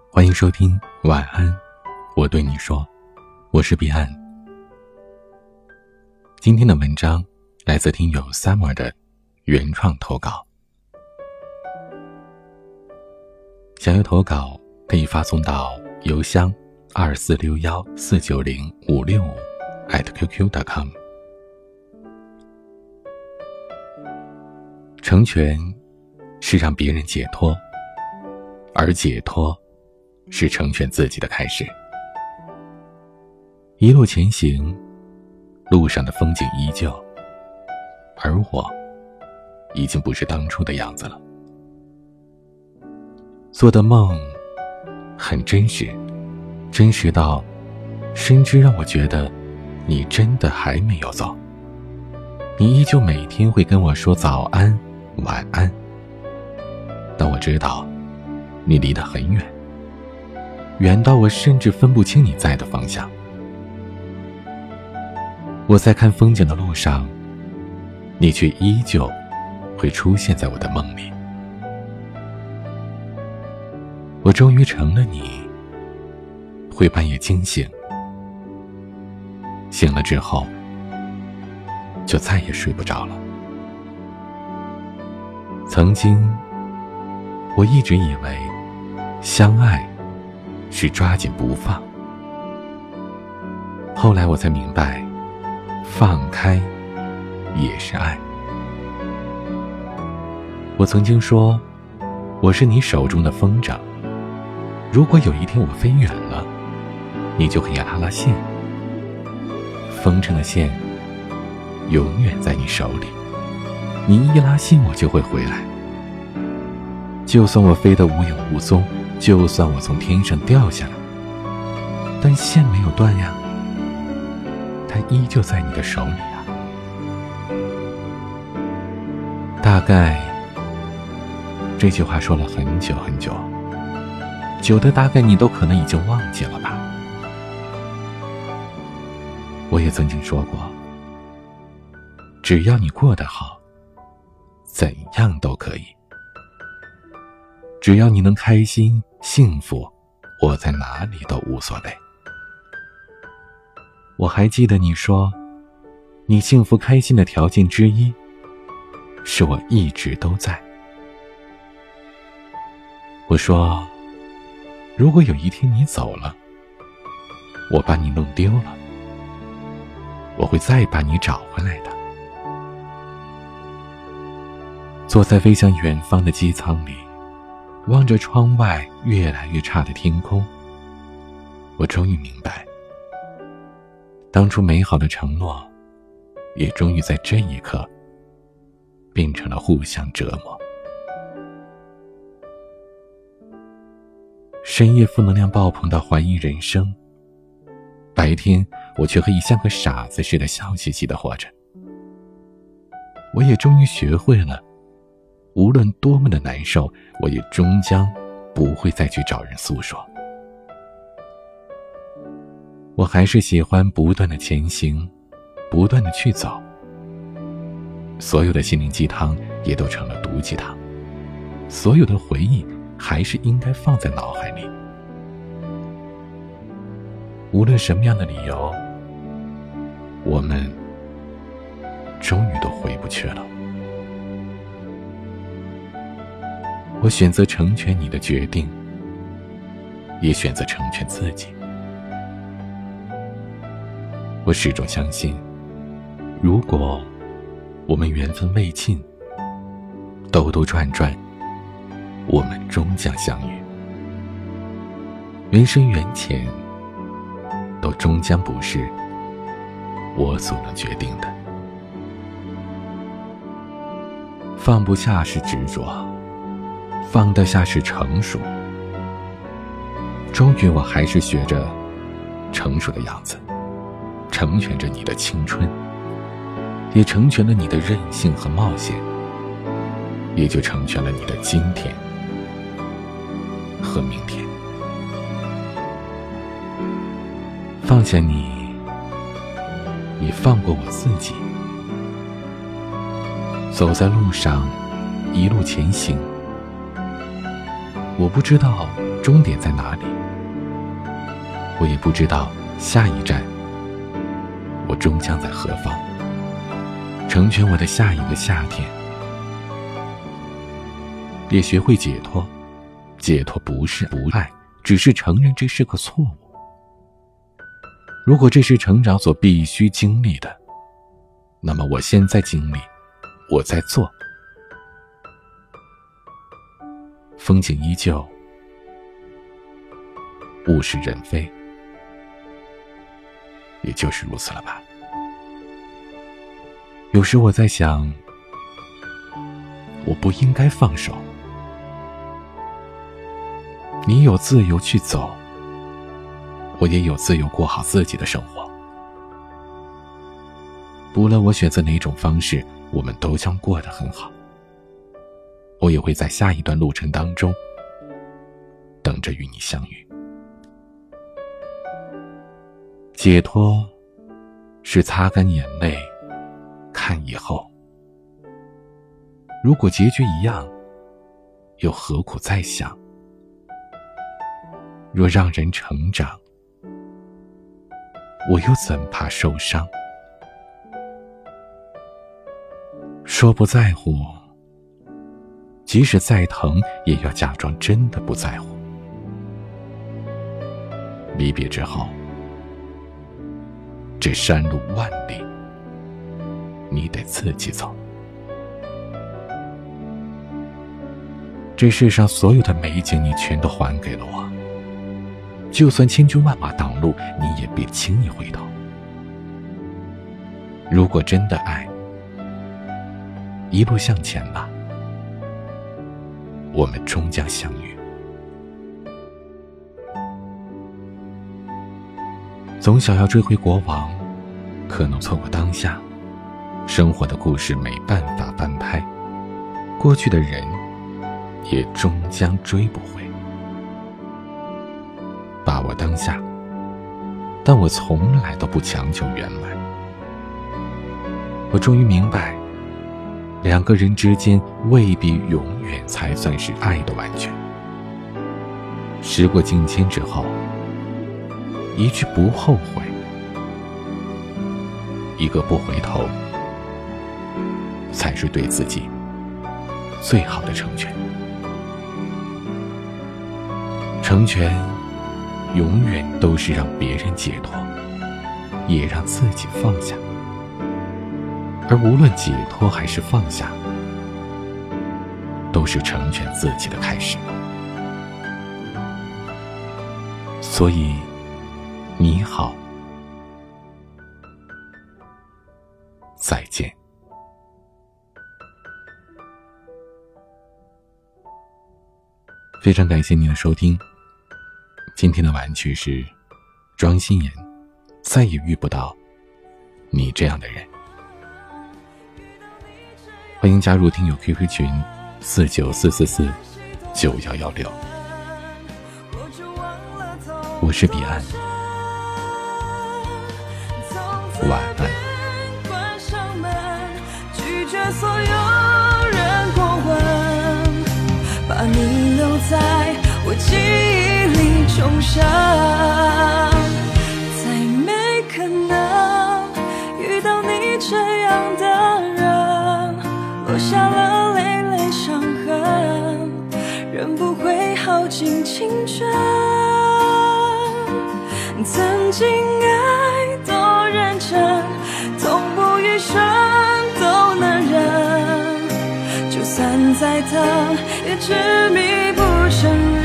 欢迎收听晚安，我对你说，我是彼岸。今天的文章来自听友 Summer 的原创投稿。想要投稿可以发送到邮箱2461490565@qq.com。成全是让别人解脱，而解脱是成全自己的开始。一路前行，路上的风景依旧，而我已经不是当初的样子了。做的梦很真实，真实到甚至让我觉得你真的还没有走。你依旧每天会跟我说早安晚安，但我知道你离得很远，远到我甚至分不清你在的方向。我在看风景的路上，你却依旧会出现在我的梦里。我终于成了你，会半夜惊醒，醒了之后就再也睡不着了。曾经我一直以为相爱是抓紧不放，后来我才明白，放开也是爱。我曾经说，我是你手中的风筝，如果有一天我飞远了，你就可以拉线，风筝的线永远在你手里，你一拉线我就会回来。就算我飞得无影无踪，就算我从天上掉下来，但线没有断呀，它依旧在你的手里啊。大概这句话说了很久很久，久的大概你都可能已经忘记了吧。我也曾经说过，只要你过得好，怎样都可以。只要你能开心幸福，我在哪里都无所谓。我还记得你说，你幸福开心的条件之一是我一直都在。我说，如果有一天你走了，我把你弄丢了，我会再把你找回来的。坐在飞向远方的机舱里，望着窗外越来越差的天空，我终于明白，当初美好的承诺也终于在这一刻变成了互相折磨。深夜负能量爆棚到怀疑人生，白天我却可以像个傻子似的笑嘻嘻地活着。我也终于学会了，无论多么的难受，我也终将不会再去找人诉说。我还是喜欢不断的前行，不断的去走。所有的心灵鸡汤也都成了毒鸡汤，所有的回忆还是应该放在脑海里。无论什么样的理由，我们终于都回不去了。我选择成全你的决定，也选择成全自己。我始终相信，如果我们缘分未尽，兜兜转转，我们终将相遇。人生缘浅，都终将不是我所能决定的。放不下是执着，放得下是成熟。终于我还是学着成熟的样子，成全着你的青春，也成全了你的任性和冒险，也就成全了你的今天和明天。放下你，也放过我自己。走在路上，一路前行，我不知道终点在哪里，我也不知道下一站我终将在何方，成全我的下一个夏天。也学会解脱，解脱不是不爱，只是承认这是个错误。如果这是成长所必须经历的，那么我现在经历，我在做。风景依旧，物是人非，也就是如此了吧。有时我在想，我不应该放手。你有自由去走，我也有自由过好自己的生活。不论我选择哪种方式，我们都将过得很好。我也会在下一段路程当中等着与你相遇。解脱是擦干眼泪看以后，如果结局一样，又何苦再想？若让人成长，我又怎怕受伤？说不在乎，即使再疼，也要假装真的不在乎。离别之后，这山路万里，你得自己走。这世上所有的美景，你全都还给了我。就算千军万马挡路，你也别轻易回头。如果真的爱，一路向前吧，我们终将相遇。总想要追回过往，可能错过当下。生活的故事没办法翻拍，过去的人也终将追不回。把握当下，但我从来都不强求原来。我终于明白，两个人之间未必永远才算是爱的完全。时过境迁之后，一句不后悔，一个不回头，才是对自己最好的成全。成全永远都是让别人解脱，也让自己放下。而无论解脱还是放下，都是成全自己的开始。所以，你好，再见。非常感谢您的收听。今天的晚曲是庄心妍，再也遇不到你这样的人。欢迎加入听友 QQ 群494449116。我是彼岸，晚安。 关上门，拒绝所有人过问，把你留在我记忆里重生，再没可能遇到你这样的人，落下了累累伤痕，人不会耗尽青春。曾经爱多认真，痛不欲生都能忍，就算再疼也执迷不承认。